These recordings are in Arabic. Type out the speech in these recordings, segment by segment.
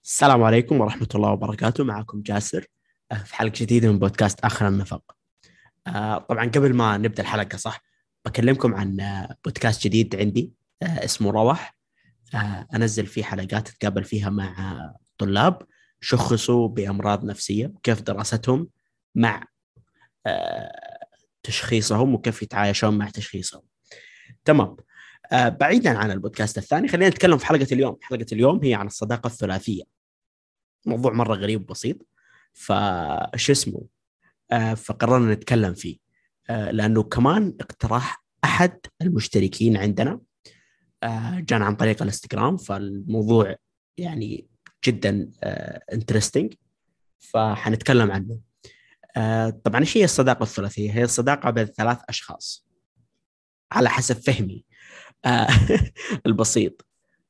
السلام عليكم ورحمة الله وبركاته. معكم جاسر في حلقة جديدة من بودكاست آخر النفق. طبعا قبل ما نبدأ الحلقة بكلمكم عن بودكاست جديد عندي اسمه روح. أنزل فيه حلقات أتقابل فيها مع طلاب شخصوا بأمراض نفسية وكيف دراستهم مع آه، تشخيصهم وكيف يتعايشون مع تشخيصهم. تمام. بعيدا عن البودكاست الثاني، خلينا نتكلم في حلقة اليوم. حلقة اليوم هي عن الصداقة الثلاثية. موضوع مرة غريب وبسيط. فش اسمه فقررنا نتكلم فيه لأنه كمان اقتراح أحد المشتركين عندنا. جانا عن طريق الانستغرام، فالموضوع يعني جدا انترستنج، فحنتكلم عنه. طبعا ايش هي الصداقة الثلاثية؟ هي الصداقة بين ثلاث أشخاص على حسب فهمي آه، البسيط.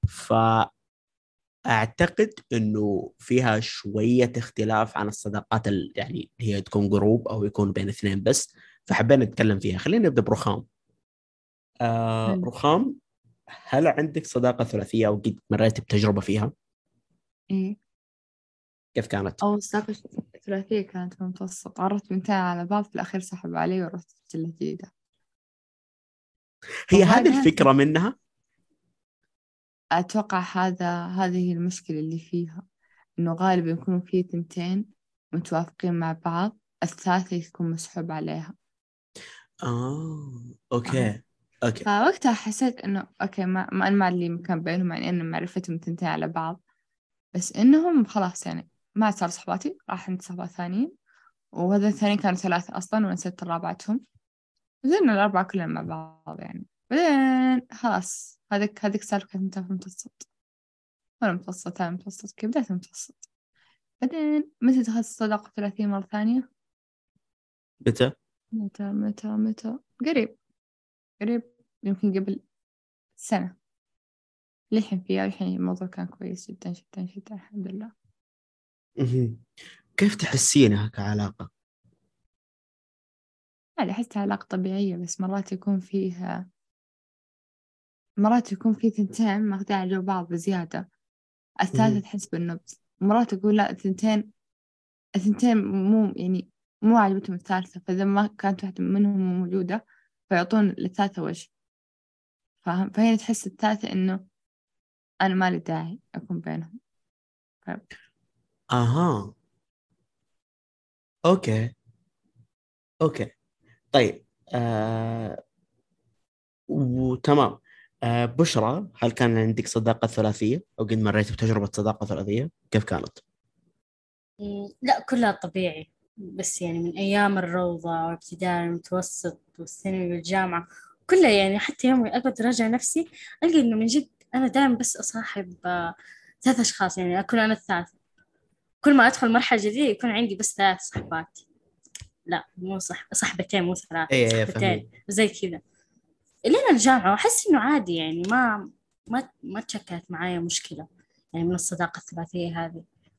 اعتقد انه فيها شويه اختلاف عن الصداقات يعني هي تكون جروب او يكون بين اثنين بس. فحبينا نتكلم فيها. خلينا نبدا برخام. حلو. رخام، هل عندك صداقه ثلاثيه او قد مريت بتجربه فيها؟ إيه. كيف كانت؟ أول صداقة ثلاثية كانت في المتوسط، عرفت بنتين على بعض، في الأخير سحبوا علي ورحت شلة جديدة. هي هذه وبعدها الفكره منها. أتوقع هذه المشكلة اللي فيها، إنه غالبا يكونوا في تنتين متوافقين مع بعض، الثالثة يكون مسحوب عليها. فاهم؟ اوكي. اوكي. فوقتها حسيت إنه أوكي، أنا ما لي مكان بينهم، يعني إن معرفتهم تنتين على بعض، بس إنهم خلاص يعني ما صار صحباتي، راح عند صحبات ثانيين. وهذا الثانيين كانوا ثلاثة أصلا ونسيت رابعتهم. زين الأربعة كلنا مع بعض يعني. بعدين خلاص هذيك السالفة كانت في المتوسط. وأنا متوسط، أنا متوسط كيف بدأت متوسط. بعدين متى دخلت الصداقة 30 مرة ثانية؟ متى؟ متى قريب. قريب، يمكن قبل سنة. للحين فيها، الحين الموضوع كان كويس جدا جدا جدا، الحمد لله. مهم. كيف تحسينها كعلاقه؟ عادي، أحسها علاقة طبيعية، بس مرات يكون في ثنتين ماخذين على جو بعض بزيادة. الثالثة مهم. تحس بالنبض. مرات أقول لا، الثنتين مو عاجبتهم الثالثة، فإذا ما كانت واحدة منهم موجودة فيعطون للثالثة وجه. فاهم؟ فهي تحس الثالثة إنه أنا ما لي داعي أكون بينهم. فاهم؟ اها. اوكي. اوكي. طيب. وتمام. بشرى، هل كان عندك صداقة ثلاثية أو قد مريت بتجربة صداقة ثلاثية؟ كيف كانت؟ لا، كلها طبيعي. بس يعني من أيام الروضة وابتدائي المتوسط والثانوي والجامعة كلها، يعني حتى يوم أقعد أراجع نفسي ألقى إنه من جد أنا دائما بس أصاحب ثلاث أشخاص، يعني أكون أنا الثالث. كل ما أدخل مرحلة جديدة يكون عندي بس ثلاث صحبات. لا، مو صحبتين، مو ثلاثة، اي صحبتين فهمي. وزي كذا. إلين الجامعة وأحس إنه عادي، يعني ما تشكلت معايا مشكلة يعني من الصداقة الثلاثية هذه.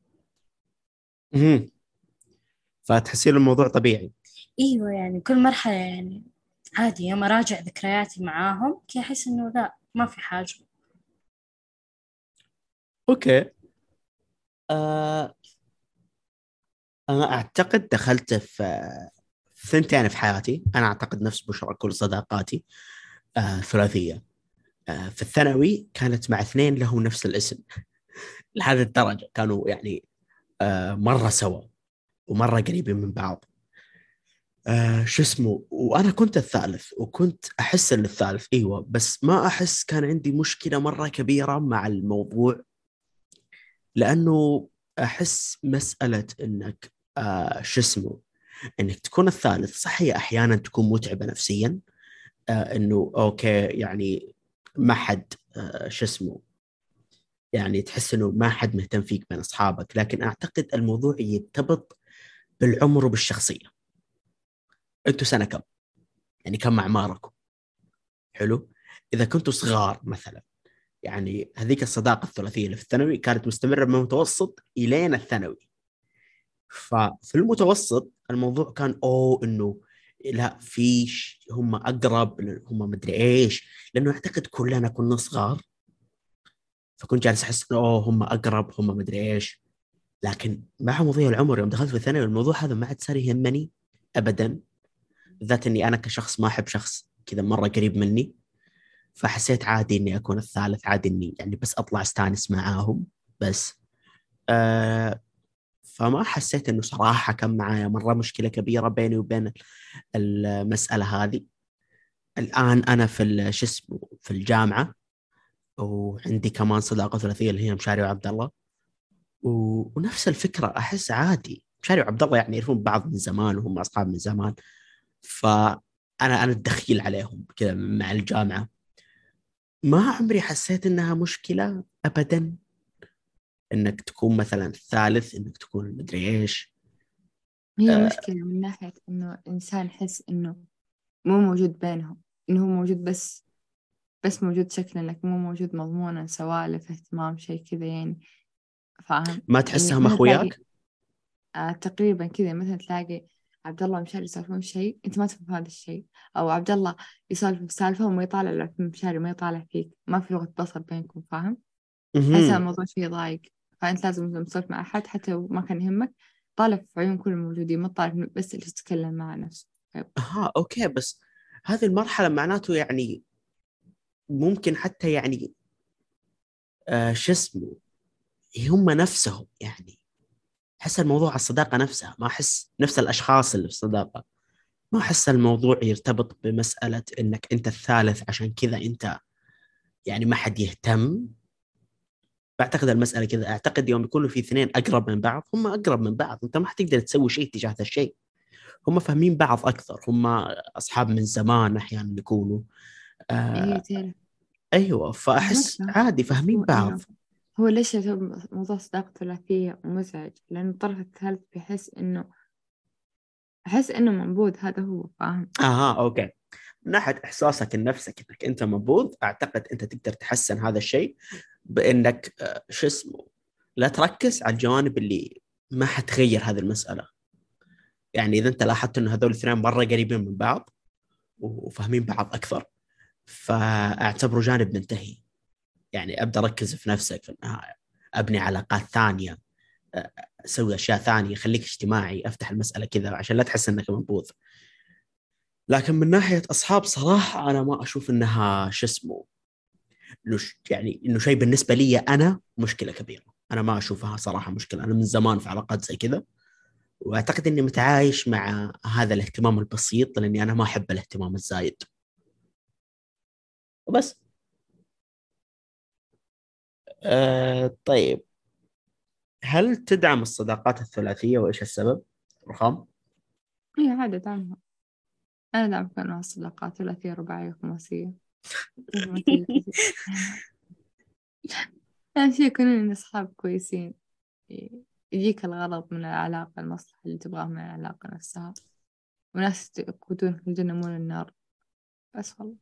مهم. فتحسين الموضوع طبيعي. ايوه، يعني كل مرحلة يعني عادي، يوم اراجع ذكرياتي معاهم كي احس انه لا، ما في حاجة. اوكي. آه انا اعتقد دخلت في ثنتين في حياتي. انا اعتقد نفس بشرى كل صداقاتي ثلاثية. في الثانوي كانت مع اثنين لهم نفس الاسم. لهذه الدرجة كانوا يعني مرة سوا ومرة قريبين من بعض. شو اسمه، وانا كنت الثالث وكنت احس ان الثالث ايوه، بس ما احس كان عندي مشكله مره كبيره مع الموضوع. لانه احس مساله انك شو اسمه انك تكون الثالث صح، هي احيانا تكون متعبه نفسيا. انه اوكي يعني ما حد شو اسمه يعني تحس انه ما حد مهتم فيك بين اصحابك. لكن اعتقد الموضوع يرتبط بالعمر وبالشخصيه. انتوا سنه كم؟ يعني كم اعماركم؟ حلو. اذا كنتوا صغار مثلا، يعني هذيك الصداقه الثلاثيه اللي في الثانوي كانت مستمره من المتوسط الين الثانوي. ففي المتوسط الموضوع كان انه لا، هم اقرب، هم مدري ايش. لانه اعتقد كلنا كنا صغار فكنت جالس أحس إنه أوه هم أقرب، هم مدري إيش. لكن مع مضي العمر يوم دخلت في الثانوي الموضوع هذا ما عاد صار يهمني أبدا، بالذات إني أنا كشخص ما أحب شخص كذا مرة قريب مني. فحسيت عادي إني أكون الثالث، عادي إني يعني بس أطلع استانس معاهم بس. آه فما حسيت إنه صراحة كان معايا مرة مشكلة كبيرة بيني وبين المسألة هذه. الآن أنا في شو اسمه في الجامعة، وعندي كمان صداقة ثلاثية اللي هي مشاري وعبد الله. ونفس الفكرة أحس عادي، مشاري وعبد الله يعني يعرفون بعض من زمان وهم أصحاب من زمان. فأنا الدخيل عليهم كذا مع الجامعة. ما عمري حسيت إنها مشكلة أبدا، إنك تكون مثلا الثالث، إنك تكون مدري إيش. هي آه مشكلة من ناحية إنه الإنسان يحس إنه مو موجود بينهم، إنه هو موجود بس موجود شكلا، لكن مو موجود مضمونا، سوالف اهتمام شيء كذا يعني. فاهم؟ ما يعني تحسهم مثلا تلاقي أخوياك؟ تقريبا كذا، مثلا تلاقي عبد الله ومشاري يسولفون في شيء أنت ما تفهم هذا الشيء، أو عبد الله يسولف في سالفة وما يطالع إلا في مشاري، ما يطالع فيك، ما في لغة بصر بينكم. فاهم؟ تحس إن مهم. الموضوع شيء ضايق. فأنت لازم لما تسولف مع أحد حتى لو ما كان يهمك، طالع في عيون كل الموجودين، ما تطالع بس اللي تتكلم مع نفسه. أوكي، بس هذه المرحلة معناته يعني ممكن حتى يعني شو اسمه هم نفسهم يعني. أحس الموضوع الصداقة نفسها، ما أحس نفس الأشخاص اللي في الصداقة. ما أحس الموضوع يرتبط بمسألة إنك أنت الثالث عشان كذا أنت يعني ما حد يهتم. بعتقد المسألة كذا، أعتقد يوم يكونوا في اثنين أقرب من بعض هم أقرب من بعض، أنت ما حتقدر تسوي شيء تجاه هذا الشيء. هم فاهمين بعض أكثر، هم أصحاب من زمان أحيانا يكونوا. هي آه تعرف، أيوة، فأحس فهمتك. عادي بس فاهمين هو بعض. إنه هو ليش يعتبر موضوع صداقة ثلاثية مزعج؟ لأن الطرف الثالث بيحس إنه منبوذ، هذا هو. فاهم؟ أوكي. من ناحية إحساسك لنفسك إنك أنت منبوذ، أعتقد أنت تقدر تحسن هذا الشيء بإنك شو اسمه لا تركز على الجوانب اللي ما حتغير هذه المسألة. يعني إذا أنت لاحظت إنه هذول الاثنين مرة قريبين من بعض وفاهمين بعض أكثر، فأعتبره جانب منتهي. يعني أبدأ أركز في نفسك في النهاية، أبني علاقات ثانية، أسوي أشياء ثانية، خليك اجتماعي، أفتح المسألة كذا عشان لا تحس إنك منبوذ. لكن من ناحية أصحاب صراحة أنا ما أشوف إنها شو اسمه يعني إنه شيء بالنسبة لي أنا مشكلة كبيرة. أنا ما أشوفها صراحة مشكلة، أنا من زمان في علاقات زي كذا، وأعتقد إني متعايش مع هذا الاهتمام البسيط لأني أنا ما أحب الاهتمام الزايد وبس. طيب، هل تدعم الصداقات الثلاثية وإيش السبب؟ رخام. هي عادة دعمها. أنا دعم كل أنواع الصداقات، ثلاثية رباعية خماسية. ما تيجي كذي. أهم شيء يكونون أصحاب كويسين، يجيك الغرض من العلاقة، المصلحة اللي تبغاها من العلاقة نفسها، وناس يقودون في الجنة مو النار. بس والله.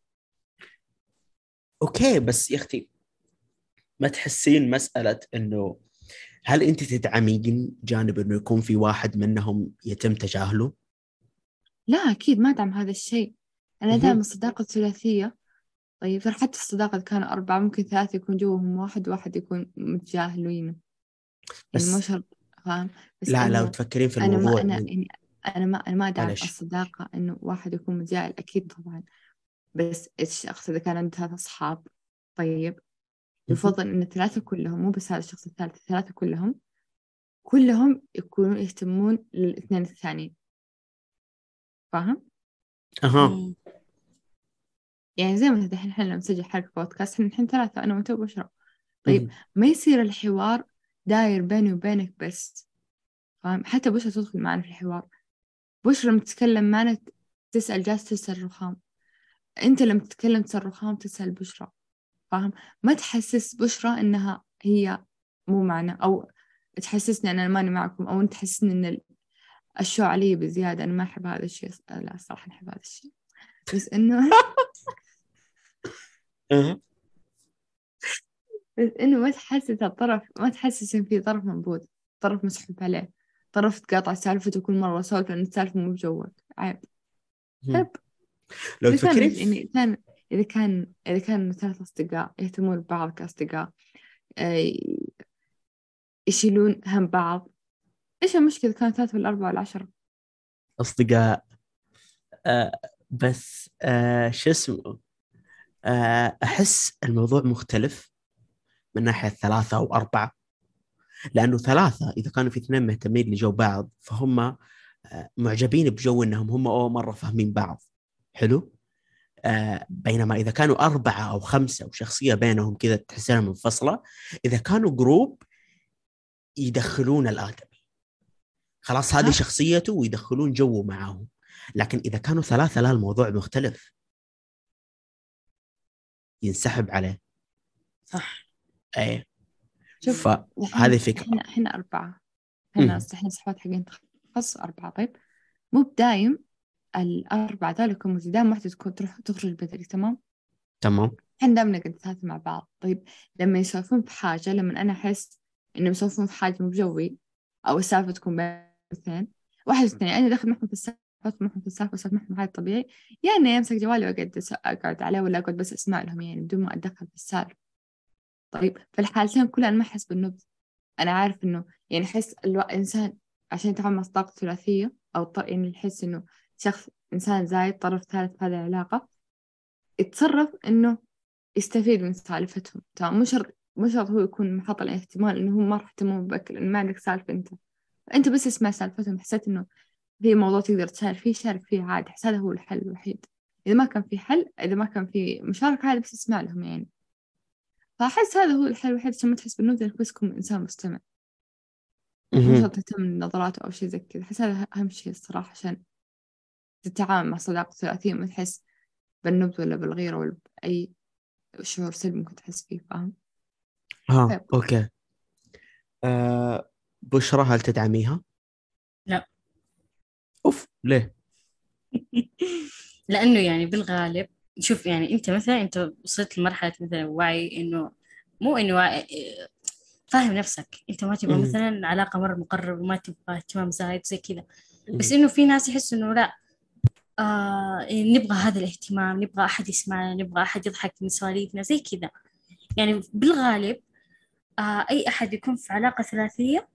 أوكي، بس يا أختي ما تحسين مسألة إنه هل أنت تدعمين جانب إنه يكون في واحد منهم يتم تجاهله؟ لا أكيد ما أدعم هذا الشيء. أنا أدعم مهم. الصداقة الثلاثية. طيب ترى حتى الصداقة إذا كانوا أربعة، ممكن ثلاثة يكون جوهم واحد، واحد يكون متجاهلينه. يعني مو بس شرط. فاهم؟ بس لا، لو إنه تفكرين في أنا ما الموضوع أنا من يعني أنا ما أدعم معلش. الصداقة إنه واحد يكون متجاهل، أكيد طبعا. بس الشخص إذا كان عنده ثلاث أصحاب، طيب مهم. يفضل إن الثلاثة كلهم، مو بس هذا الشخص الثالث، الثلاثة كلهم يكونوا يهتمون للاثنين الثانيين. فاهم؟ أها. مم. يعني زي ما الحين احنا لما نسجل حلقة بودكاست، احنا الحين ثلاثة، أنا وأنت وبشرى. طيب مهم. ما يصير الحوار داير بيني وبينك بس. فاهم؟ حتى بشرى تدخل معنا في الحوار. بشرى لما تتكلم معنا تسأل جالس تسأل رخام، أنت لما تتكلم تسأل رخام تسأل بشرى. فاهم؟ ما تحسس بشرى إنها هي مو معنا، أو تحسسني أنا ماني معكم، أو أنت تحسسني إن الشو علي بزيادة. أنا ما أحب هذا الشيء. لا صراحة أحب هذا الشيء. بس إنه أها. بس إنه ما تحسس الطرف، ما تحسس إن في طرف منبوذ، طرف مسحوب عليه، طرف تقاطع سالفته كل مرة سولف لأن السالفة مو بجوك. عيب. مهم. عيب. لو إذا كان تفكرين يعني كان إذا كان ثلاث أصدقاء يهتمون ببعض كأصدقاء، آه، يشيلون هم بعض. إيش المشكلة كان 3 ولا 4 ولا 10؟ أصدقاء. بس شو اسمه، أحس الموضوع مختلف من ناحية 3 أو 4. لأنه 3 إذا كانوا في 2 مهتمين لجو بعض فهم معجبين بجو إنهم هم مرة فاهمين بعض. حلو. بينما إذا كانوا 4 أو 5 وشخصية بينهم كذا تحسها منفصلة، إذا كانوا جروب يدخلون الآدمي، خلاص هذه ها؟ شخصيته ويدخلون جو معاهم. لكن إذا كانوا 3 لا، الموضوع مختلف، ينسحب عليه. صح. ايه. شوف، فهذه فكرة. إحنا 4. إحنا صحبات حقين تخصص 4. طيب، مو بدايم ال4 ذول يكونوا موجودين. دائما واحدة تكون تروح تخرج بدري، تمام؟ تمام. إحنا دائما نقعد 3 مع بعض. طيب، لما يسولفون في حاجة، لما أنا أحس إنه يسولفون في حاجة مو بجوي، أو السالفة تكون بين 2، واحد اثنين، أنا داخل معهم في السالفة، معهم في السالفة وسولف معهم، هذا طبيعي. يعني أمسك جوالي وأقعد أقعد عليه، ولا أقعد بس أسمع لهم يعني بدون ما أتدخل في السالفة. طيب، في الحالتين كلها أنا ما أحس بالنبذ. أنا عارف إنه يعني أحس الإنسان عشان يتعامل مع طاقة ثلاثية، أو يعني يحس إنه شخص إنسان زايد طرف ثالث في هذه العلاقة، يتصرف إنه يستفيد من سالفتهم. تمام، مو شرط هو يكون محط الاحتمال إنه هم ما راح يهتمون بك لأن ما عندك سالفة أنت بس اسمع سالفتهم. حسيت إنه في موضوع تقدر تشارك فيه، شارك فيه عادي. حس هذا هو الحل الوحيد. إذا ما كان في حل، إذا ما كان في مشاركة، عادي بس اسمع لهم يعني. فأحس هذا هو الحل الوحيد عشان ما تحس بالنبذ، إنك بس تكون إنسان مستمع، مو مهم. شرط تهتم من نظراته أو شيء زي كذا. أحس هذا أهم شيء الصراحة عشان تتعامل مع صداقة ثلاثية، ما تحس بالنبذ ولا بالغيرة ولا بأي شعور سلبي ممكن تحس فيه. فاهم؟ ها، طيب. اوكي. بشرى، هل تدعميها؟ لا. اوف، ليه؟ لأنه يعني بالغالب، شوف يعني أنت وصلت لمرحلة مثلا وعي، إنه مو إنه وعي، فاهم نفسك. أنت ما تبغى مهم. مثلا علاقة مرة مقربة، وما تبغى اهتمام زايد زي كذا. بس مهم. إنه في ناس يحسوا إنه لا، نبغى هذا الاهتمام، نبغى أحد يسمعنا، نبغى أحد يضحك من سواليفنا زي كذا. يعني بالغالب أي أحد يكون في علاقة ثلاثية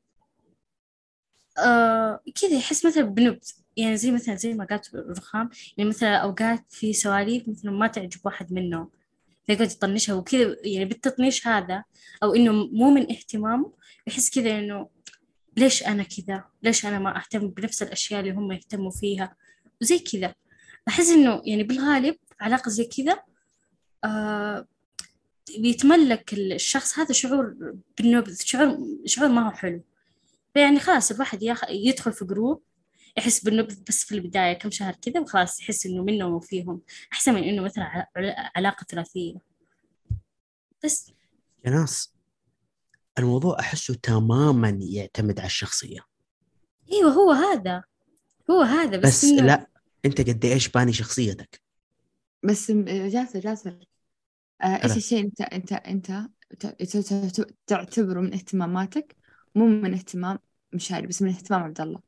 كذا يحس مثلا بنبذ. يعني زي ما قالت رخام، يعني مثلا أوقات في سواليف مثلا ما تعجب واحد منهم، فيقعد يطنشها وكذا. يعني بالتطنيش هذا، أو إنه مو من اهتمامه، يحس كذا إنه ليش أنا كذا، ليش أنا ما أهتم بنفس الأشياء اللي هم يهتموا فيها وزي كذا. أحس إنه يعني بالغالب علاقة زي كذا آه بيتملك الشخص هذا شعور بالنبذ، شعور ما هو حلو. فيعني خلاص الواحد يدخل في جروب، يحس بالنبذ بس في البداية كم شهر كذا، وخلاص يحس إنه منهم وفيهم، أحسن من إنه مثلا علاقة ثلاثية بس. يا ناس، الموضوع أحسه تماما يعتمد على الشخصية. أيوة، هو هذا بس بس إنه. لا، أنت قد إيش باني شخصيتك؟ بس جاسر، إيش ألا. الشيء أنت تعتبره من اهتماماتك، مو من اهتمام مشاري، بس من اهتمام عبد الله.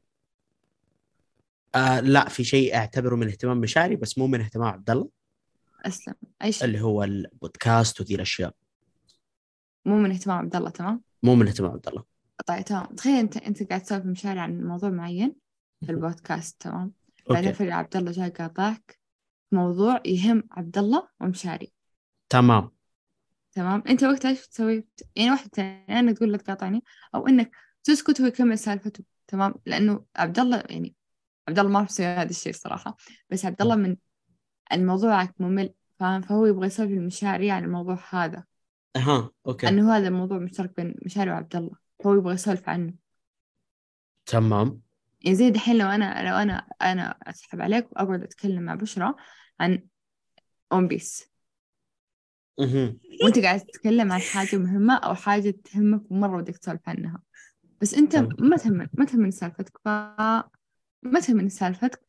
لا، في شيء أعتبره من اهتمام مشاعري بس مو من اهتمام عبد الله، أسلم. أي شيء اللي هو البودكاست وذي الأشياء. مو من اهتمام عبد الله، تمام. مو من اهتمام عبد الله. طيب تمام، تخيل أنت قاعد تسولف مشاري عن موضوع معين في البودكاست، تمام. بعدين أوكي. فجأة عبد الله جاي قاطعك في موضوع يهم عبد الله ومشاري، تمام. تمام. أنت وقتها إيش تسوي؟ يعني واحد ثاني، أنا تقول لا تقاطعني، أو إنك تسكت ويكمل سالفته، تمام. لأنه عبد الله يعني عبد الله ما راح يسوي هذا الشيء الصراحة. بس عبد الله من الموضوع ممل، فاهم؟ فهو يبغى يسولف المشاري عن الموضوع هذا، أها، أوكي. أنه هذا الموضوع مشترك بين مشاري وعبد الله، فهو يبغى يسولف عنه. تمام. يعني زي دحين لو أنا أسحب عليك وأقعد أتكلم مع بشرى عن ون بيس، مهم. وأنت قاعد تتكلم عن حاجة مهمة أو حاجة تهمك مرة ودك تسولف عنها، بس أنت تمام. ما تهمني سالفتك، ما تهمني سالفتك،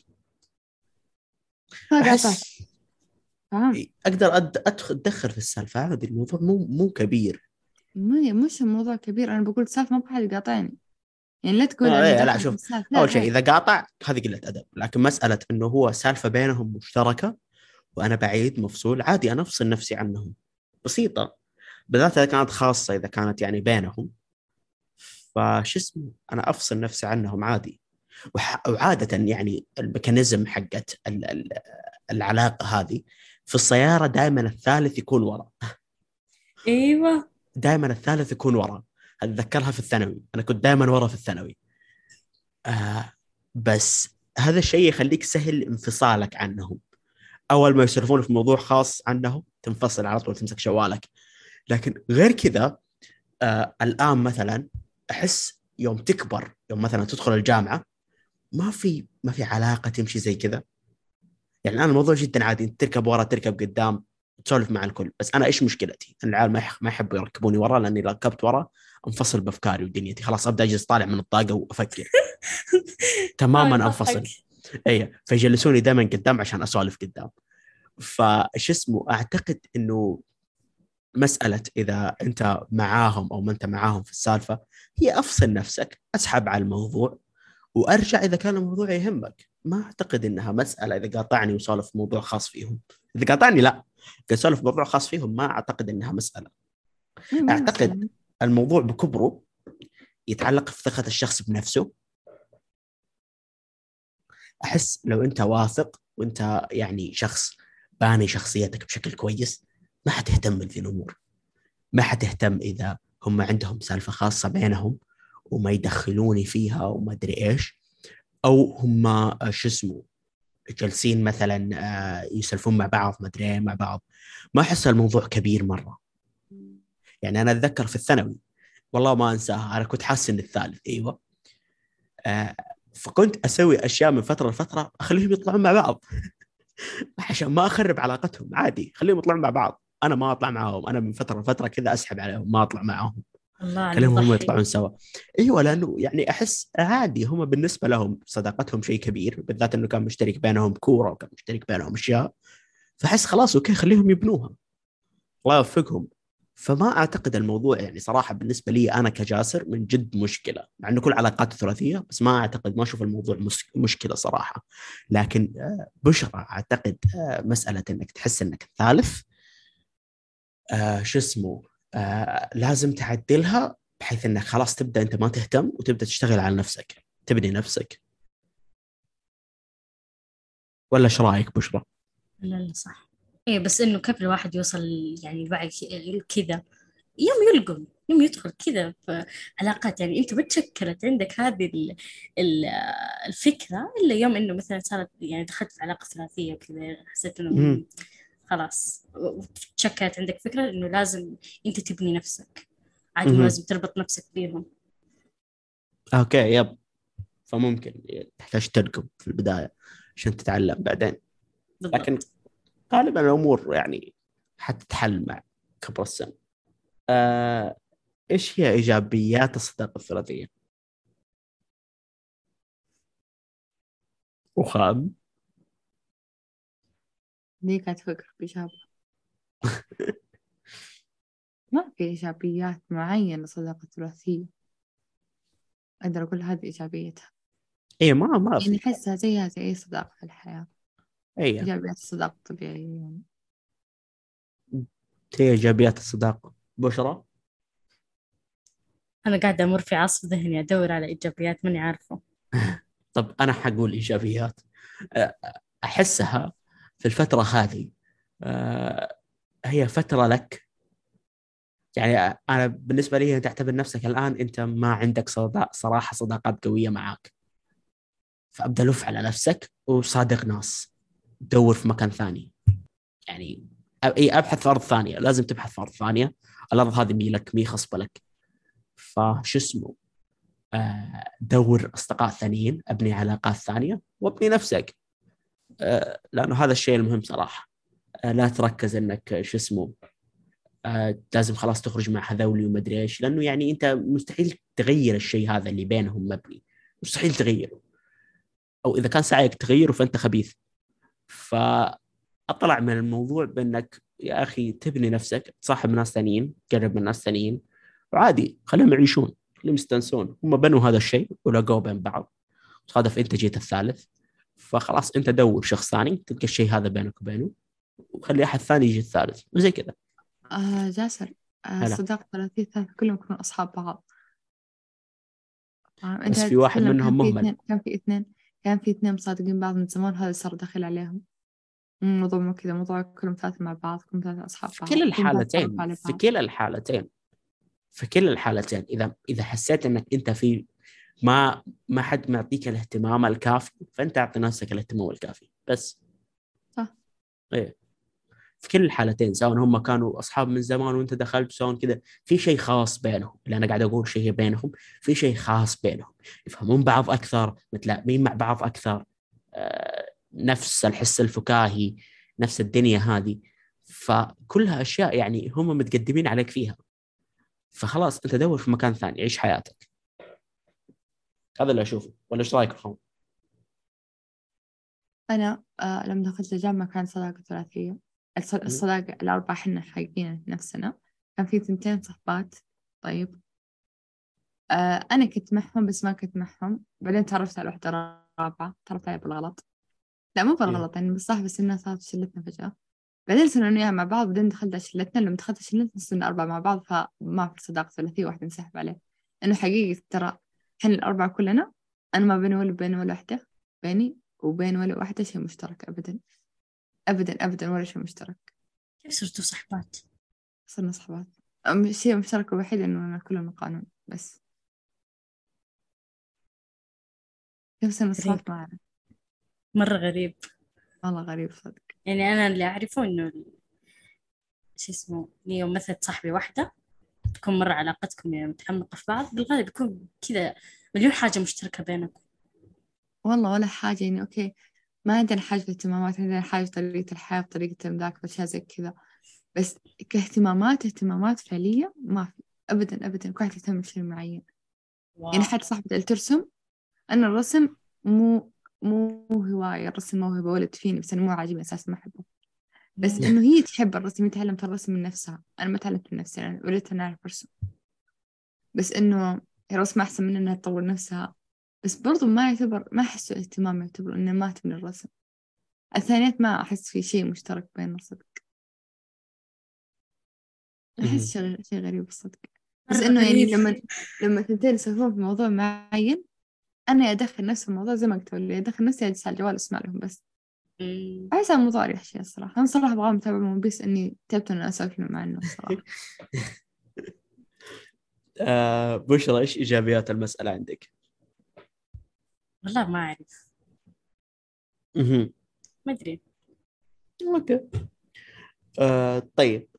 فقاطعك. أحس فاهم؟ أقدر أتدخل في السالفة، عادي، الموضوع مو كبير. مش الموضوع كبير، أنا بقول سالفة، ما بحد يقاطعني. يعني لا تقول أنا إيه، لا، داخل في شوف. السالفة، لا أول شيء لا. إذا قاطع هذه قلة أدب، لكن مسألة إنه هو سالفة بينهم مشتركة وأنا بعيد مفصول، عادي أنا أفصل نفسي عنهم، بسيطة. بالذات إذا كانت خاصة، إذا كانت يعني بينهم. فش اسمه، أنا أفصل نفسي عنهم عادي. وعادة يعني الميكانيزم حقت العلاقة هذه في السيارة دائما الثالث يكون ورا. ايوه. دائما الثالث يكون ورا. أتذكرها في الثانوي، أنا كنت دائما ورا في الثانوي. آه بس هذا الشيء يخليك سهل انفصالك عنهم. أول ما يصرفون في موضوع خاص عنهم تنفصل على طول، تمسك جوالك. لكن غير كذا، الآن مثلا أحس يوم تكبر، يوم مثلا تدخل الجامعة، ما في علاقة تمشي زي كذا. يعني الآن الموضوع جدا عادي، أنت تركب ورا تركب قدام تسولف مع الكل. بس أنا إيش مشكلتي؟ أن العيال ما يحبوا يركبوني ورا، لأني لو ركبت ورا انفصل بأفكاري ودنيتي، خلاص أبدأ أجلس طالع من الطاقة وأفكر تماما يضحك. انفصل. أي فيجلسوني دائما قدام عشان أسولف قدام. فش اسمه، أعتقد إنه مسألة إذا أنت معاهم أو ما أنت معاهم في السالفة، هي أفصل نفسك، أسحب على الموضوع وأرجع إذا كان الموضوع يهمك. ما أعتقد إنها مسألة إذا قاطعني وسولف موضوع خاص فيهم. إذا قاطعني لا، قد سولف موضوع خاص فيهم، ما أعتقد إنها مسألة. مو أعتقد مسألة. الموضوع بكبره يتعلق في ثقة الشخص بنفسه. أحس لو أنت واثق وأنت يعني شخص باني شخصيتك بشكل كويس، ما حتهتم بذي الأمور. ما حتهتم إذا هم عندهم سالفة خاصة بينهم وما يدخلوني فيها وما أدري إيش، أو هم شو اسمه جالسين مثلا يسلفون مع بعض ما أدري إيه مع بعض. ما أحس الموضوع كبير مرة. يعني أنا أتذكر في الثانوي، والله ما أنساها، أنا كنت حاسس إن الثالث أيوة. آه، فكنت أسوي أشياء من فترة لفترة أخليهم يطلعون مع بعض عشان ما أخرب علاقتهم. عادي خليهم يطلعون مع بعض، أنا ما أطلع معاهم. أنا من فترة لفترة كذا أسحب عليهم، ما أطلع معاهم، الله على خليهم هم المضحك. يطلعون سوا. ايوه، لانه يعني احس عادي، هم بالنسبه لهم صداقتهم شيء كبير، بالذات انه كان مشترك بينهم كوره وكان مشترك بينهم اشياء. فحس خلاص اوكي خليهم يبنوها، الله يوفقهم. فما اعتقد الموضوع يعني صراحه بالنسبه لي انا كجاسر من جد مشكله، مع انه كل علاقات ثلاثيه، بس ما اعتقد، ما اشوف الموضوع مشكله صراحه. لكن بشرى اعتقد مساله انك تحس انك ثالث، شو اسمه، لازم تعدلها بحيث انك خلاص تبدا انت ما تهتم وتبدا تشتغل على نفسك، تبني نفسك. ولا ايش رايك بشرى؟ لا لا صح. ايه بس انه كيف الواحد يوصل يعني الوعي كذا؟ يوم يلقم، يوم يدخل كذا في علاقات. يعني انت ما تشكلت عندك هذه ال- الفكرة الا يوم انه مثلا صارت، يعني دخلت في علاقة ثلاثية وكذا، حسيت انه مم. خلاص تشكلت عندك فكرة انه لازم انت تبني نفسك، عاد مو مم. لازم تربط نفسك فيهم. اوكي يب. فممكن تحتاج ترقب في البدايه عشان تتعلم بعدين. لكن بالضبط. غالبا الامور يعني حتتحل مع كبر السن. آه، ايش هي ايجابيات الصداقه الثلاثيه؟ وخام. ليه قاعد تفكر بإجابة؟ ما في إيجابيات معينة صداقة ثلاثية أقدر أقول هذه إيجابيتها. اي ما يعني في. أحسها زيها زي أي صداقة في الحياة. اي إيجابيات الصداقة الطبيعية يعني. هي ايجابيات الصداقه بشرى. انا قاعدة امر في عصف ذهني ادور على ايجابيات ماني عارفة. طب أنا حقول إيجابيات. أه، أحسها في الفترة هذه، أه، هي فترة لك. يعني أنا بالنسبة لي تعتبر نفسك الآن أنت ما عندك صراحة صداقات قوية معاك، فأبدأ لف على نفسك وصادق ناس، دور في مكان ثاني. يعني أي أبحث في أرض ثانية، لازم تبحث في أرض ثانية. الأرض هذه مي لك، مي خصبة لك. فشو اسمه، دور أصدقاء ثانيين، أبني علاقات ثانية وأبني نفسك. لانه هذا الشيء المهم صراحه. لا تركز انك شو اسمه، لازم خلاص تخرج مع هذولي وما ادري ايش، لانه يعني انت مستحيل تغير الشيء هذا اللي بينهم مبني، مستحيل تغيره. او اذا كان سعيك تغيره فانت خبيث. فاطلع من الموضوع بانك يا اخي تبني نفسك، تصاحب ناس ثانيين، تقرب من ناس ثانيين، وعادي خليهم يعيشون، خليهم يستانسون. هم بنوا هذا الشيء ولقوه بين بعض، صادف انت جيت الثالث، فخلاص انت دور شخص ثاني تلقى الشيء هذا بينك وبينه، وخلي احد ثاني يجي الثالث وزي كذا. جاسر، هلا. الصداقة الثلاثية الثالثة كلهم يكونوا أصحاب بعض. أنت بس في واحد تتكلم منهم مهمل. كان في اثنين مصادقين بعض من زمان، هذا صار داخل عليهم. الموضوع مو كذا، موضوع كلهم ثلاثة مع بعض، كلهم ثلاثة أصحاب في بعض، كلا كلهم ثلاثة تعرفوا الحالتين على في بعض. كلا الحالتين في كلا الحالتين، إذا حسيت إنك أنت في ما حد معطيك الاهتمام الكافي، فأنت أعطي نفسك الاهتمام الكافي بس. صح. إيه. في كل الحالتين، سواء هم كانوا أصحاب من زمان وأنت دخلت، سواء كذا في شيء خاص بينهم، اللي أنا قاعد أقول شيء بينهم، في شيء خاص بينهم، يفهمون بعض أكثر، متلائمين مع بعض أكثر، نفس الحس الفكاهي، نفس الدنيا هذه، فكلها أشياء يعني هم متقدمين عليك فيها، فخلاص أنت دور في مكان ثاني، عيش حياتك. هذا اللي أشوفه، ولا إيش رأيك رخام؟ أنا لما دخلت الجامعة كانت صداقة ثلاثية. الصداقة الأربعة حنا حقين نفسنا. كان في ثنتين صحبات. طيب. أنا كنت معهم بس ما كنت معهم. بعدين تعرفت على واحدة رابعة، تعرفت عليها بالغلط. لا مو بالغلط يعني، بس صح، بس إنها صارت شلتنا فجأة. بعدين صرنا أنا وياها مع بعض، بعدين دخلت على شلتنا. لما دخلت شلتنا صرنا أربعة مع بعض، فما في صداقة ثلاثية واحدة نسحب عليه. إنه حقيقي ترى إحنا الأربعة كلنا، أنا ما بيني ولا واحدة، بيني وبين ولا واحدة شيء مشترك أبدا. أبدا أبدا ولا شيء مشترك. كيف صرتوا صحبات؟ صرنا صحبات. الشيء المشترك الوحيد إنه كلنا قانون بس. كيف صرنا غريب، صحبات؟ ما أعرف. مرة غريب. والله غريب صدق. يعني أنا اللي أعرفه إنه شو اسمه، يوم مثل صاحبي واحدة تكون مرة علاقتكم يعني متعمقة في بعض، بالغالب يكون كذا مليون حاجة مشتركة بينكم. والله ولا حاجة يعني. أوكي، ما عندنا حاجة في الاهتمامات، عندنا حاجة في طريقة الحياة، طريقة المذاكرة، أشياء زي كذا. بس اهتمامات فعلية ما في. أبدا أبدا، كل واحد يهتم بشيء معين. يعني واو. حتى صاحبة اللي ترسم، أنا الرسم مو هواية، الرسم موهبة ولد فيني، بس أنا مو عاجبني أساسا، ما أحبه. بس إنه هي تحب الرسم، يتعلم في الرسم من نفسها. أنا ما تعلمت من نفسي، أنا ولدت أنا أعرف أرسم. بس إنه الرسم أحسن من إنها تطور نفسها. بس برضو ما أحسه اهتمام، يعتبر إنه مات من الرسم. الثانيات ما أحس في شيء مشترك بيننا صدق. أحس شيء غريب الصدق. بس مرة إنه يعني غريب. لما تنتين يسولفون في موضوع معين، أنا أدخل نفس الموضوع زي ما قلت لي، أدخل نفسي أجلس على الجوال أسمع لهم بس. مم. أحس الموضوع أريح شيء الصراحة. أنا صراحة أبغى أتابع ون بيس، إني تعبت إني أسولف مع إنه الصراحة. بشرى، إيش إيجابيات المسألة عندك؟ والله ما أعرف، مهم. ما أدري. أوكي. طيب.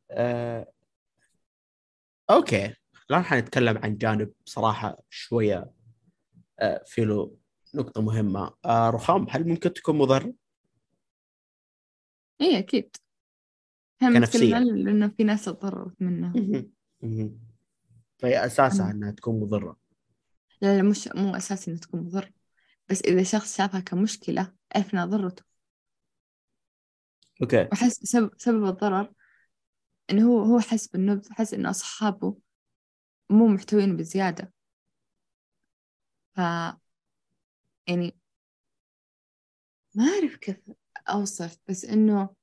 أوكي، الآن حنتكلم عن جانب صراحة شوية في له نقطة مهمة. رخام، هل ممكن تكون مضرة إيه أكيد. إحنا بنتكلم كنفسية؟ عنه لأنه في ناس تضررت منه. مهم. مهم. فهي أساسها أنها تكون مضرة. لا لا، مش مو أساسي إنه تكون مضر. بس إذا شخص شافها كمشكلة، عرف إنها ضرته. أوكي. وحس سبب الضرر إنه هو حس بالنبذ، حس إنه أصحابه مو محتوين بزيادة. ف يعني ما أعرف كيف أوصف، بس إنه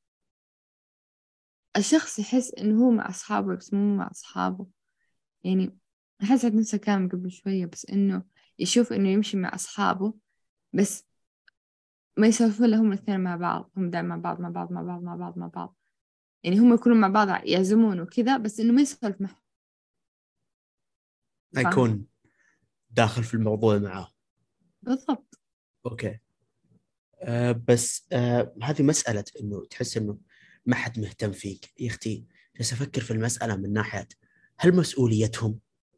الشخص يحس إنه هو مع أصحابه بس مو مع أصحابه. يعني أحس نفسه كان قبل شوية، بس إنه يشوف إنه يمشي مع أصحابه بس ما يسولفون لهم الاثنين مع بعض. هم دائما مع بعض مع بعض مع بعض مع بعض مع بعض. يعني هم يكونوا مع بعض يعزمون وكذا، بس إنه ما يسولف معهم. ما فاهم؟ يكون داخل في الموضوع معاه. بالضبط. أوكي. بس هذه مسألة إنه تحس إنه ما حد مهتم فيك يا أختي. جالس أفكر في المسألة من ناحية، هل مسؤوليتهم؟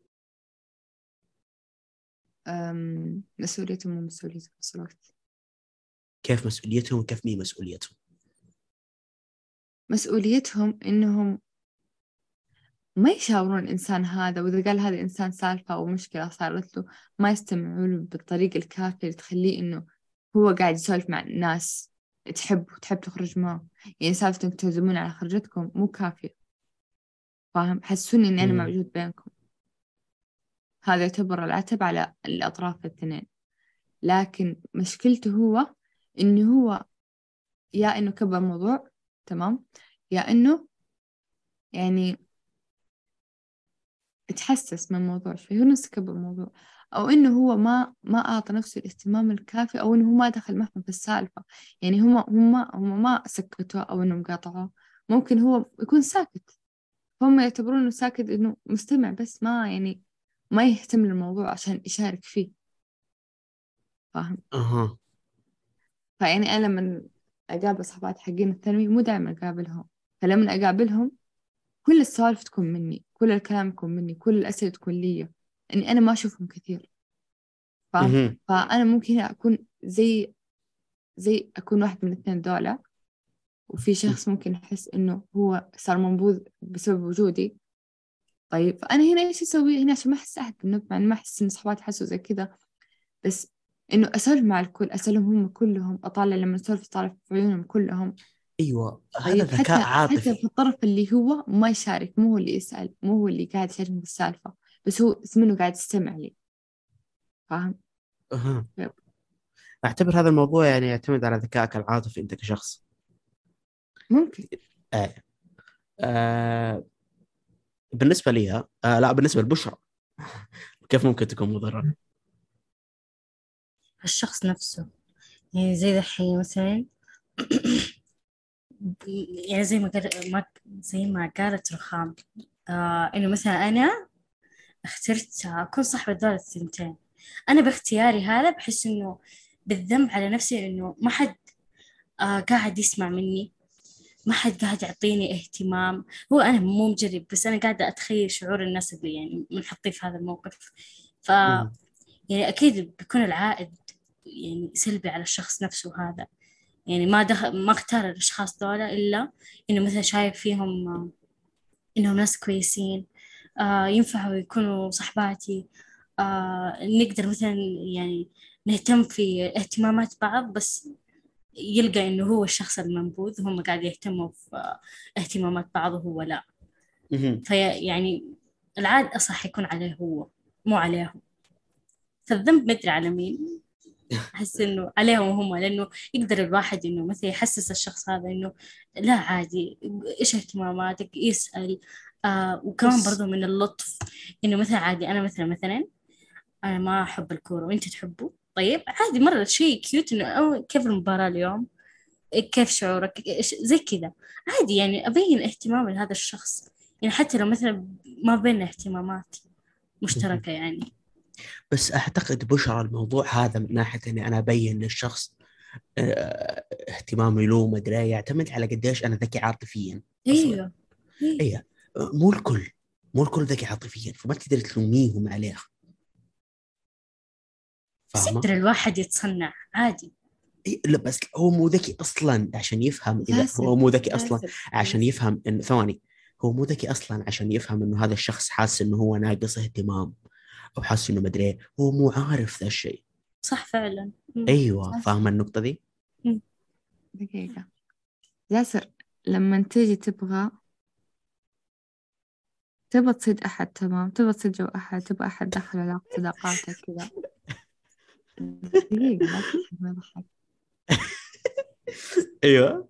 مسؤوليتهم مو مسؤوليتهم في نفس الوقت. كيف مسؤوليتهم وكيف مي مسؤوليتهم؟ مسؤوليتهم إنهم ما يشاورون الإنسان هذا، وإذا قال هذا الإنسان سالفة أو مشكلة صارت له، ما يستمعوا له بالطريقة الكافية اللي تخليه إنه هو قاعد يسولف مع ناس تحب تخرج معه. يعني سالفة إنك تعزمون على خرجتكم مو كافية. فاهم؟ حسوني إني أنا مم. موجود بينكم. هذا يعتبر العتب على الأطراف الاثنين. لكن مشكلته هو إنه هو يا إنه كبر الموضوع، تمام، يا إنه يعني تحسس من الموضوع شوي، هو نسكب بالموضوع، أو إنه هو ما أعطى نفسه الاهتمام الكافي، أو إنه هو ما دخل معهم في السالفة. يعني هم ما سكتوا أو إنهم قاطعوه، ممكن هو يكون ساكت، هم يعتبرونه ساكت إنه مستمع بس ما يعني ما يهتم للموضوع عشان يشارك فيه. فاهم؟ اها. فيعني أنا لما أقابل صحبات حقين الثانوي مو دائما أقابلهم، فلما أقابلهم كل السوالف تكون مني، كل الكلام يكون مني، كل الأسئلة تكون لي، إني أنا ما أشوفهم كثير. فاهم؟ اها. فأنا ممكن أكون زي أكون واحد من الاثنين دولة، وفي شخص ممكن يحس إنه هو صار منبوذ بسبب وجودي. طيب فأنا هنا إيش أسوي هنا عشان ما أحس أحد بالنقمة، يعني ما أحس إن صحباتي يحسوا زي كذا، بس إنه أسولف مع الكل، أسألهم هم كلهم، أطالع لما أسولف طالع في عيونهم كلهم. ايوه، هذا طيب ذكاء حتى عاطفي. في الطرف اللي هو ما يشارك، مو هو اللي يسأل، مو هو اللي قاعد يشارك في السالفة، بس هو منه قاعد يستمع لي. فاهم؟ اها. يب. اعتبر هذا الموضوع يعني يعتمد على ذكائك العاطفي انت كشخص. ممكن. آه. آه. بالنسبه لي لا، بالنسبه لبشرى كيف ممكن تكون مضره؟ الشخص نفسه، يعني زي دحين مثلا يعني زي ما قالت رخام، إنه مثلا أنا اخترت أكون صاحبة دولة الثنتين. أنا باختياري هذا بحس إنه بالذنب على نفسي، إنه ما حد قاعد يسمع مني، ما حد قاعد يعطيني اهتمام. هو أنا مو مجرب، بس أنا قاعدة أتخيل شعور الناس اللي يعني منحطين في هذا الموقف. ف مهم. يعني أكيد بيكون العائد يعني سلبي على الشخص نفسه هذا. يعني ما اختار الأشخاص دولة إلا إنه مثلا شايف فيهم إنهم ناس كويسين، ينفعوا يكونوا صحباتي، نقدر مثلا يعني نهتم في اهتمامات بعض، بس يلقى إنه هو الشخص المنبوذ، هم قاعد يهتموا في اهتمامات بعض وهو لا. مهم. فيعني العاد أصح يكون عليه هو، مو عليهم. فالذنب مدري على مين، أحس إنه عليهم هم، لأنه يقدر الواحد إنه مثلا يحسس الشخص هذا إنه لا عادي، إيش اهتماماتك، يسأل. وكمان بس برضو من اللطف إنه مثلا عادي، أنا مثلا أنا ما أحب الكورة وأنت تحبه، طيب عادي مرة شيء كيوت إنه كيف المباراة اليوم، كيف شعورك، زي كذا عادي، يعني أبين اهتمام لهذا الشخص، يعني حتى لو مثلا ما بيننا اهتمامات مهم. مشتركة يعني. بس اعتقد بشرى الموضوع هذا من ناحيه اني انا ابين للشخص اهتمامي له، ما ادري إيه، يعتمد على قديش انا ذكي عاطفيا اصلا. أيوه. إيه. اي، مو الكل ذكي عاطفيا، فما تقدر تلوميهم عليه. بس فاهمه؟ يقدر الواحد يتصنع عادي. لا، بس هو مو ذكي اصلا عشان يفهم، اذا هو جاسر مو ذكي اصلا جاسر عشان جاسر يفهم ان ثواني، هو مو ذكي اصلا عشان يفهم انه هذا الشخص حاسس انه هو ناقص اهتمام، او حاسس انه مدري إيه. هو مو عارف ذا الشيء. صح فعلا. ايوه، جاسر فاهم النقطه دي. مم. دقيقة. جاسر، لما تيجي تبغى تصيد أحد، تمام، تبغى تصيد جو أحد، تبغى أحد دخل علاقة صداقاتك كذا. دقيقة لا تضحك، ما يضحك. ايوه.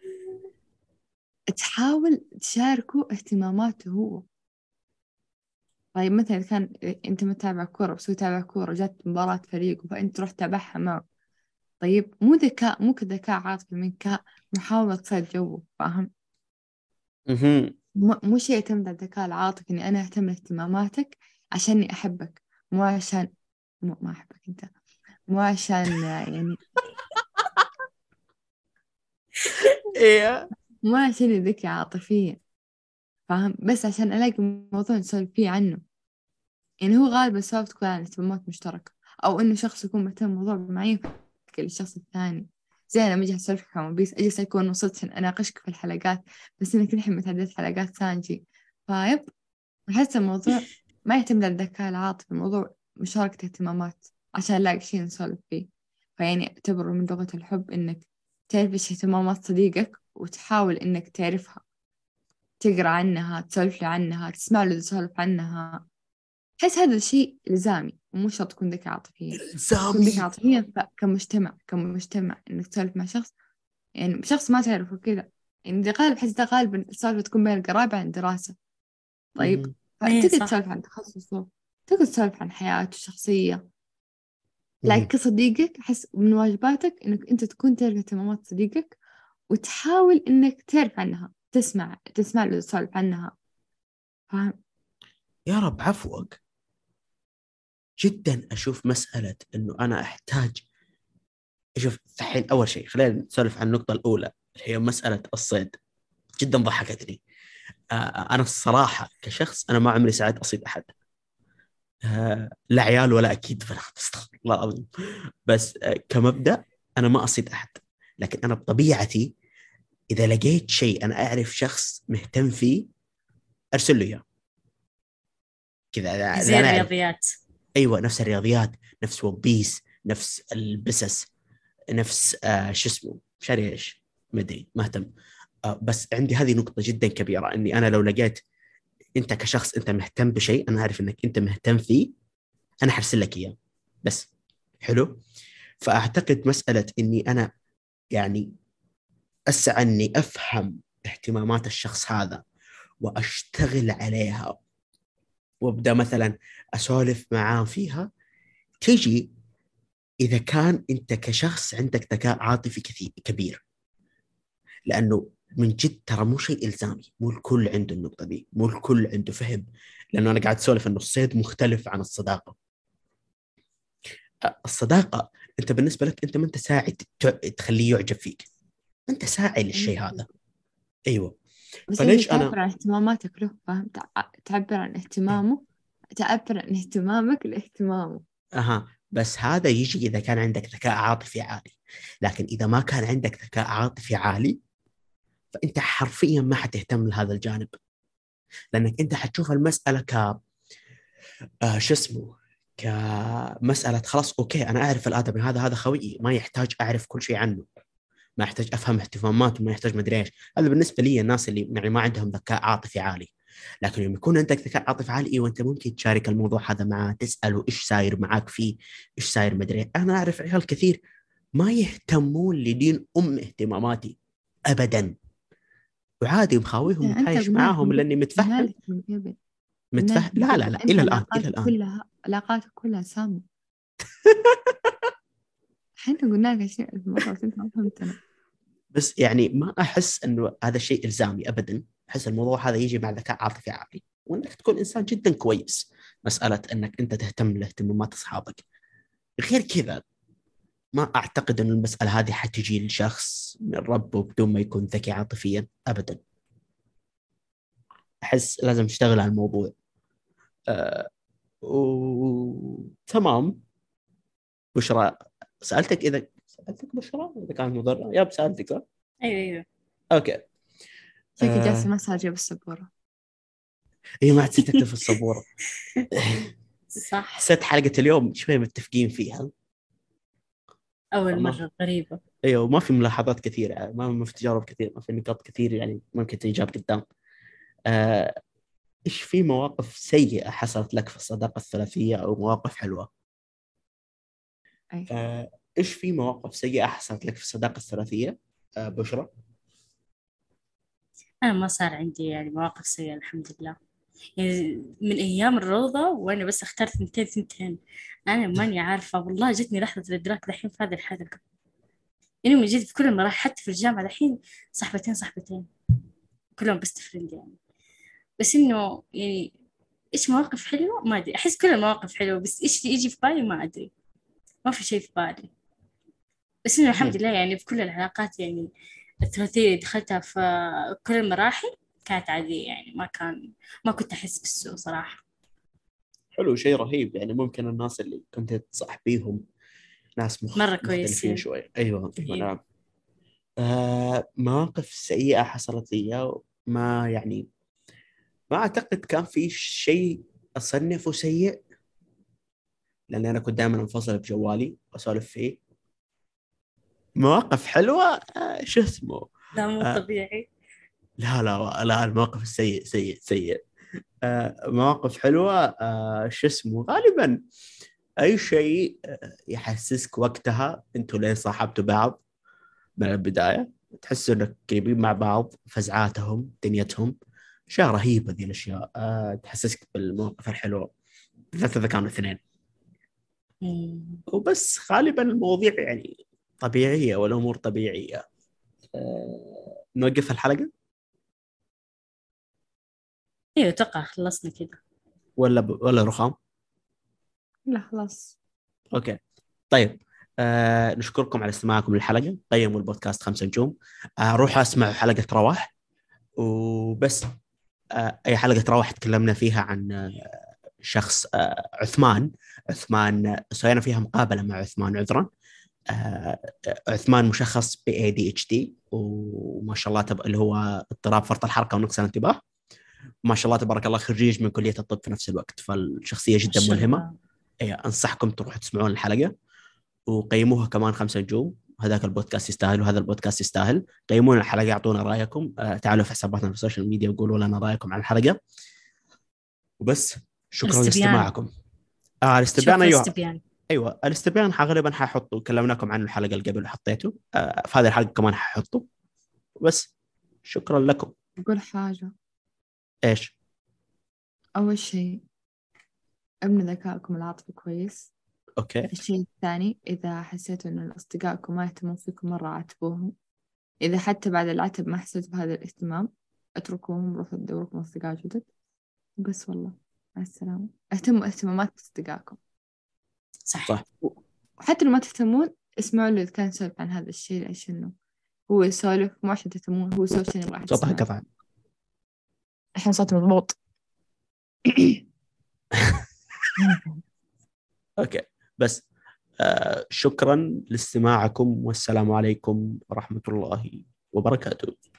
تحاول تشاركه اهتماماته هو. طيب مثلا إذا كان أنت متابع كورة بس هو يتابع كورة، جات مباراة فريق فأنت تروح تتابعها معه، طيب مو ذكاء، مو كذكاء عاطفي منك، محاولة تصيد جوه. فاهم؟ اها. مو شيء يعتمد على الذكاء العاطفي إني أنا أهتم باهتماماتك عشاني أحبك، مو عشان ما أحبك أنت، مو عشان يعني ايوه. مو عشان ذكي عاطفيا. فاهم؟ بس عشان ألاقي موضوع نسولف فيه عنه. يعني هو غالبا السوالف تكون عن اهتمامات مشتركة، أو إنه شخص يكون مهتم بموضوع معين فيحكي للشخص الثاني. زي أنا لما أجي أسولفك عن ون بيس أجي أكون وصلت عشان أناقشك في الحلقات، بس إنك الحين متعدد حلقات سانجي. فيب، أحس الموضوع ما يعتمد على الذكاء العاطفي، الموضوع مشاركة اهتمامات عشان نلاقي شيء نسولف فيه. فيعني اعتبره من لغة الحب إنك تعرف إيش اهتمامات صديقك وتحاول إنك تعرفها، تقرأ عنها، تسولف له عنها، تسمع له يسولف عنها. أحس هذا الشيء إلزامي، ومو شرط تكون ذكي عاطفيا. تكون ذكي سامي. عاطفيا كمجتمع إنك تسولف مع شخص، يعني شخص ما تعرفه كذا. يعني ده غالب، أحس ده غالبا السالفة تكون بين القرايب عن الدراسة. طيب مهم. إيه فتقدر صح. تسولف عن تخصصه، تقدر تسولف عن حياته الشخصية. لكن مهم. كصديقك أحس من واجباتك إنك أنت تكون تعرف اهتمامات صديقك، وتحاول إنك تعرف عنها، تسمع له تسولف عنها. فاهم؟ يا رب عفوك، جدا أشوف مسألة إنه أنا أحتاج. شوف الحين أول شيء خلينا نسولف عن النقطة الأولى اللي هي مسألة الصيد. جدا ضحكتني. أنا الصراحة كشخص أنا ما عمري ساعد أصيد أحد. لا عيال ولا أكيد بنات، استغفر الله العظيم. بس كمبدأ أنا ما أصيد أحد. لكن أنا بطبيعتي إذا لقيت شيء أنا أعرف شخص مهتم فيه أرسل له إياه كذا. زي لا نعرف. الرياضيات. أيوة نفس الرياضيات، نفس ون بيس، نفس البسس، نفس شو اسمه شاري ايش مدري ما اهتم. بس عندي هذه نقطة جدا كبيرة، اني انا لو لقيت انت كشخص انت مهتم بشيء انا اعرف انك انت مهتم فيه، انا حرسل لك اياه بس. حلو. فاعتقد مسألة اني انا يعني اسعى اني افهم اهتمامات الشخص هذا واشتغل عليها وابدا مثلا اسولف معاه فيها، تجي اذا كان انت كشخص عندك ذكاء عاطفي كثير كبير. لانه من جد ترى مو شيء الزامي، مو الكل عنده النقطه دي، مو الكل عنده فهم. لانه انا قاعد اسولف انه الصيد مختلف عن الصداقه. الصداقه انت بالنسبه لك انت ما انت ساعد تخليه يعجب فيك، انت ساعي للشيء هذا. ايوه. بس أنت فليش انا تعبر عن اهتماماتك له. فاهم؟ تعبر عن اهتمامه، تعبر عن اهتمامك لاهتمامه. اها بس هذا يجي اذا كان عندك ذكاء عاطفي عالي. لكن اذا ما كان عندك ذكاء عاطفي عالي فانت حرفيا ما حتهتم لهذا الجانب. لانك انت حتشوف المساله شو اسمه كمسألة خلاص أوكي أنا أعرف الآدمي هذا خويي، ما يحتاج أعرف كل شيء عنه، ما يحتاج أفهم اهتماماته، ما يحتاج مدري إيش. هذا بالنسبة لي الناس اللي يعني ما عندهم ذكاء عاطفي عالي. لكن يوم يكون عندك ذكاء عاطفي عالي إيه، وأنت ممكن تشارك الموضوع هذا معاه، تسأله إيش صاير معاك فيه، إيش صاير مدري إيه. أنا أعرف عيال كثير ما يهتمون لدين اهتماماتي أبدا، وعادي مخاويهم أنت وتعايش قلنا لك معاهم من قبل، لأني قلنا متفهم. لك من قبل قلنا متفهم لك من لا لا قبل لا أنت إلى الآن إلى الآن. علاقاتك كلها سامة. احنا قلنا لك 20,000 مرة بس أنت ما فهمتنا. بس يعني ما احس انه هذا شيء الزامي ابدا. احس الموضوع هذا يجي مع ذكاء عاطفي عالي وانك تكون انسان جدا كويس. مساله انك انت تهتم لاهتمامات اصحابك. غير كذا ما اعتقد ان المساله هذه حتجي لشخص من ربه بدون ما يكون ذكي عاطفيا ابدا. احس لازم تشتغل على الموضوع. أه تمام. بشرى، سالتك بشرى اذا كانت مضره يا سالتك صح؟ أيوة أيوة. اوكي. شكلي جالسة ما صار جاب السبورة. هي ما عاد تكتب في السبوره. صح. حسيت حلقة اليوم شوي متفقين فيها. أول ما مرة غريبة. ايوه ما في ملاحظات كثيرة يعني، ما في تجارب كثير، ما في نقاط كثير يعني ممكن تنجاب قدام. آه، ايش في مواقف سيئة حصلت لك في الصداقة الثلاثية او مواقف حلوة؟ أي. ايش في مواقف سيئة حصلت لك في الصداقة الثلاثية بشرى؟ أنا ما صار عندي يعني مواقف سيئة الحمد لله. يعني من أيام الروضة وأنا بس اخترت ثنتين. أنا ماني عارفة والله، جتني لحظة الإدراك دحين في هذه الحلقة. يعني من جد في كل المراحل حتى في الجامعة دحين صاحبتين كلهم بست فريند يعني. بس إنه يعني إيش مواقف حلوة ما أدري، أحس كل المواقف حلوة بس إيش يجي في بالي ما أدري. ما في شيء في بالي. بس إنه الحمد مم. لله يعني في كل العلاقات يعني الثلاثية اللي دخلتها في كل المراحل كانت عادية يعني ما كنت أحس بالسوء صراحة. حلو، شيء رهيب. يعني ممكن الناس اللي كنت تصاحبيهم ناس مرة مختلفين كويسين. شوي. ايوه ايوه إيه. نعم. مواقف سيئة حصلت لي ما يعني ما اعتقد كان في شيء اصنفه سيء، لأن أنا كنت دائما أنفصل بجوالي وأسولف فيه. مواقف حلوة شو اسمه لا مو آه طبيعي. لا لا لا، المواقف السيء سيء سيء. مواقف حلوة شو اسمه غالبا أي شيء يحسسك وقتها أنتوا لين صاحبتوا بعض من البداية، تحسوا إنك قريبين مع بعض، فزعاتهم دنيتهم أشياء رهيبة ذي الأشياء، تحسسك بالمواقف الحلوة، بالذات إذا كانوا اثنين. وبس غالبا المواضيع يعني طبيعية والأمور طبيعية. نوقف الحلقة ايوه اتوقع خلصنا كده. ولا رخام؟ لا خلاص. أوكي طيب. نشكركم على استماعكم للحلقة. قيموا البودكاست 5 نجوم. روحوا اسمعوا حلقة رواح وبس. أي حلقة رواح تكلمنا فيها عن شخص عثمان سوينا فيها مقابلة مع عثمان عذرا. عثمان مشخص ب ADHD وما شاء الله اللي هو اضطراب فرط الحركة ونقص الانتباه. ما شاء الله تبارك الله خريج من كلية الطب في نفس الوقت، فالشخصية ما جدا شاء ملهمة. الله. أنصحكم تروحوا تسمعون الحلقة وقيموها كمان 5 نجوم. هذاك البودكاست يستاهل وهذا البودكاست يستاهل. قيمونا الحلقة، أعطونا رأيكم. تعالوا في حساباتنا في السوشيال ميديا وقولوا لنا رأيكم عن الحلقة. وبس شكرا الاستبيان. لاستماعكم. الاستبيان شوف أيوه. الاستبيان. ايوه الاستبيان غالبا ححطه، كلمناكم عنه الحلقه اللي قبل وحطيته. في هذه الحلقه كمان ححطه. بس شكرا لكم. أقول حاجة. ايش؟ أول شيء ابنوا ذكائكم العاطفي كويس. اوكي الشيء الثاني، إذا حسيتوا إن أصدقائكم ما يهتمون فيكم مرة عاتبوهم. إذا حتى بعد العتب ما حسيتوا بهذا الاهتمام، اتركوهم، روحوا دوروا لكم أصدقاء جدد. بس والله مع السلامة. اهتموا اهتمامات أصدقائكم. صح. صح. وحتى لو ما تهتمون اسمعوا له إذا كان يسولف عن هذا الشيء، ليش إنه هو يسولف مو عشان تهتمون، هو يسولف عشان يبغى أحد صوتها يسمعه. قطع. الحين صوتي مضبوط. اوكي بس شكرا لاستماعكم والسلام عليكم ورحمه الله وبركاته.